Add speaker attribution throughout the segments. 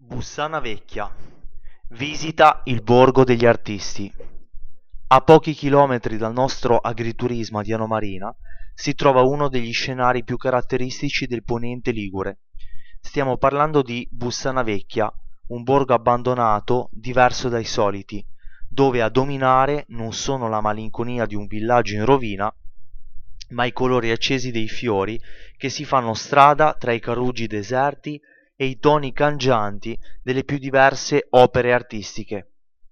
Speaker 1: Bussana Vecchia. Visita il Borgo degli Artisti. A pochi chilometri dal nostro agriturismo a Diano Marina si trova uno degli scenari più caratteristici del Ponente Ligure. Stiamo parlando di Bussana Vecchia, un borgo abbandonato diverso dai soliti, dove a dominare non sono la malinconia di un villaggio in rovina, ma i colori accesi dei fiori che si fanno strada tra i carugi deserti e i toni cangianti delle più diverse opere artistiche.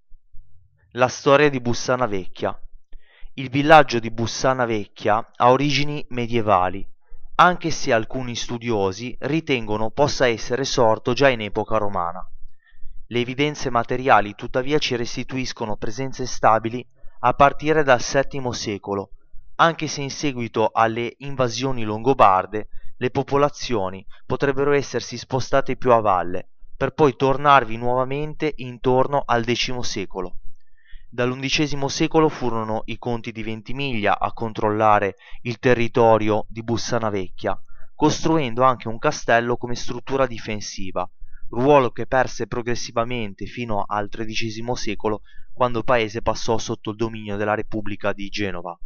Speaker 1: La storia di Bussana Vecchia. Il villaggio di Bussana Vecchia ha origini medievali, anche se alcuni studiosi ritengono possa essere sorto già in epoca romana. Le evidenze materiali tuttavia ci restituiscono presenze stabili a partire dal VII secolo, anche se in seguito alle invasioni longobarde le popolazioni potrebbero essersi spostate più a valle, per poi tornarvi nuovamente intorno al X secolo. Dall'undicesimo secolo furono i conti di Ventimiglia a controllare il territorio di Bussana Vecchia, costruendo anche un castello come struttura difensiva, ruolo che perse progressivamente fino al XIII secolo, quando il paese passò sotto il dominio della Repubblica di Genova.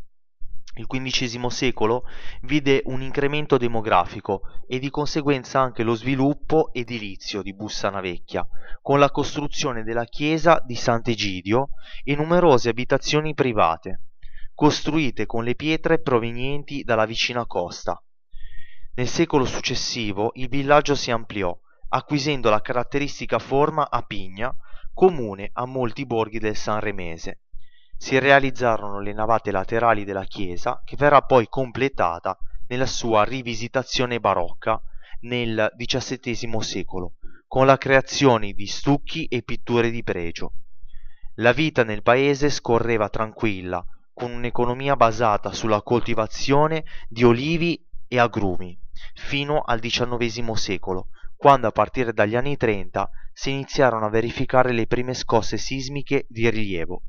Speaker 1: Il XV secolo vide un incremento demografico e di conseguenza anche lo sviluppo edilizio di Bussana Vecchia, con la costruzione della chiesa di Sant'Egidio e numerose abitazioni private, costruite con le pietre provenienti dalla vicina costa. Nel secolo successivo il villaggio si ampliò, acquisendo la caratteristica forma a pigna, comune a molti borghi del Sanremese. Si realizzarono le navate laterali della chiesa, che verrà poi completata nella sua rivisitazione barocca nel XVII secolo, con la creazione di stucchi e pitture di pregio. La vita nel paese scorreva tranquilla, con un'economia basata sulla coltivazione di olivi e agrumi, fino al XIX secolo, quando a partire dagli anni 30 si iniziarono a verificare le prime scosse sismiche di rilievo.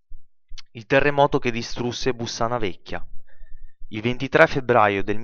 Speaker 1: Il terremoto che distrusse Bussana Vecchia. Il 23 febbraio del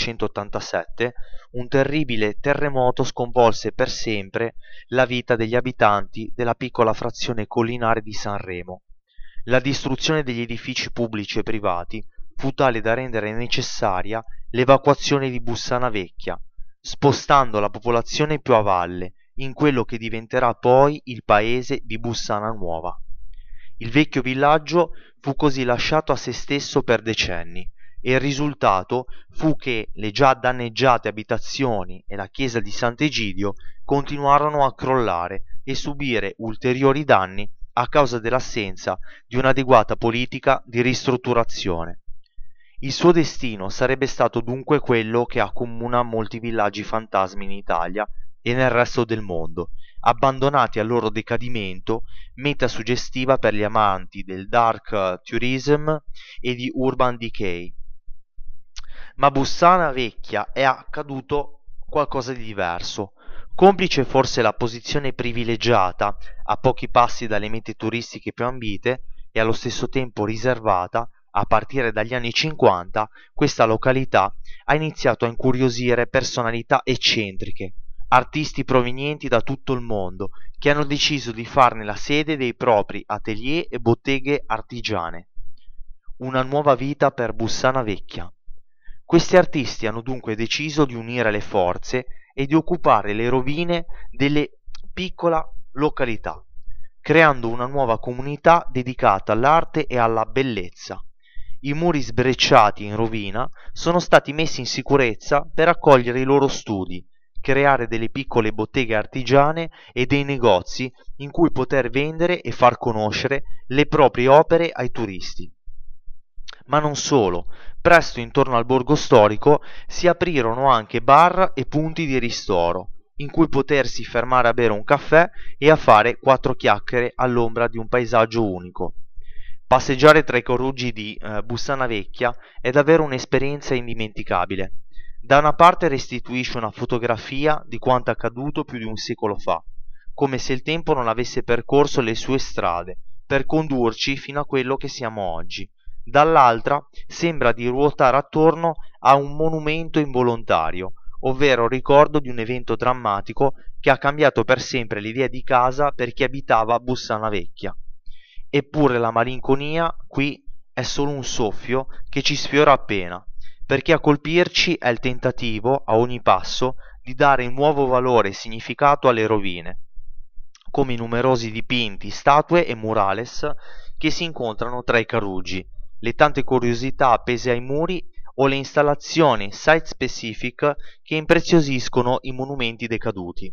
Speaker 1: 1887 un terribile terremoto sconvolse per sempre la vita degli abitanti della piccola frazione collinare di Sanremo. La distruzione degli edifici pubblici e privati fu tale da rendere necessaria l'evacuazione di Bussana Vecchia, spostando la popolazione più a valle, in quello che diventerà poi il paese di Bussana Nuova. Il vecchio villaggio fu così lasciato a se stesso per decenni e il risultato fu che le già danneggiate abitazioni e la chiesa di Sant'Egidio continuarono a crollare e subire ulteriori danni a causa dell'assenza di un'adeguata politica di ristrutturazione. Il suo destino sarebbe stato dunque quello che accomuna molti villaggi fantasmi in Italia e nel resto del mondo, abbandonati al loro decadimento, meta suggestiva per gli amanti del dark tourism e di urban decay. Ma a Bussana Vecchia è accaduto qualcosa di diverso. Complice forse la posizione privilegiata a pochi passi dalle mete turistiche più ambite e allo stesso tempo riservata, a partire dagli anni 50, questa località ha iniziato a incuriosire personalità eccentriche, artisti provenienti da tutto il mondo, che hanno deciso di farne la sede dei propri atelier e botteghe artigiane. Una nuova vita per Bussana Vecchia. Questi artisti hanno dunque deciso di unire le forze e di occupare le rovine delle piccola località, creando una nuova comunità dedicata all'arte e alla bellezza. I muri sbrecciati in rovina sono stati messi in sicurezza per accogliere i loro studi, creare delle piccole botteghe artigiane e dei negozi in cui poter vendere e far conoscere le proprie opere ai turisti. Ma non solo, presto intorno al borgo storico si aprirono anche bar e punti di ristoro, in cui potersi fermare a bere un caffè e a fare quattro chiacchiere all'ombra di un paesaggio unico. Passeggiare tra i coruggi di Bussana Vecchia è davvero un'esperienza indimenticabile. Da una parte restituisce una fotografia di quanto accaduto più di un secolo fa, come se il tempo non avesse percorso le sue strade per condurci fino a quello che siamo oggi. Dall'altra sembra di ruotare attorno a un monumento involontario, ovvero ricordo di un evento drammatico che ha cambiato per sempre l'idea di casa per chi abitava a Bussana Vecchia. Eppure la malinconia qui è solo un soffio che ci sfiora appena, perché a colpirci è il tentativo, a ogni passo, di dare un nuovo valore e significato alle rovine, come i numerosi dipinti, statue e murales che si incontrano tra i carugi, le tante curiosità appese ai muri o le installazioni site specific che impreziosiscono i monumenti decaduti.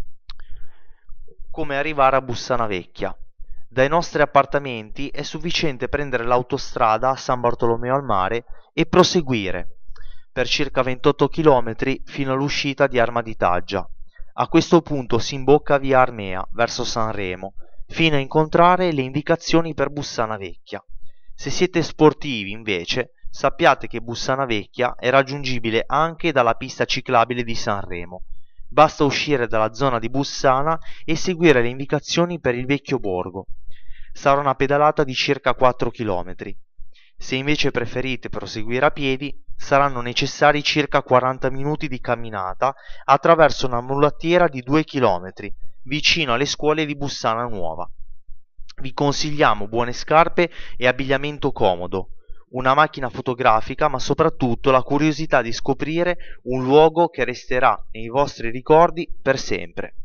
Speaker 1: Come arrivare a Bussana Vecchia? Dai nostri appartamenti è sufficiente prendere l'autostrada a San Bartolomeo al Mare e proseguire per circa 28 km fino all'uscita di Arma di Taggia. A questo punto si imbocca via Armea verso Sanremo, fino a incontrare le indicazioni per Bussana Vecchia. Se siete sportivi, invece, sappiate che Bussana Vecchia è raggiungibile anche dalla pista ciclabile di Sanremo. Basta uscire dalla zona di Bussana e seguire le indicazioni per il vecchio borgo. Sarà una pedalata di circa 4 km. Se invece preferite proseguire a piedi, saranno necessari circa 40 minuti di camminata attraverso una mulattiera di 2 km, vicino alle scuole di Bussana Nuova. Vi consigliamo buone scarpe e abbigliamento comodo, una macchina fotografica, ma soprattutto la curiosità di scoprire un luogo che resterà nei vostri ricordi per sempre.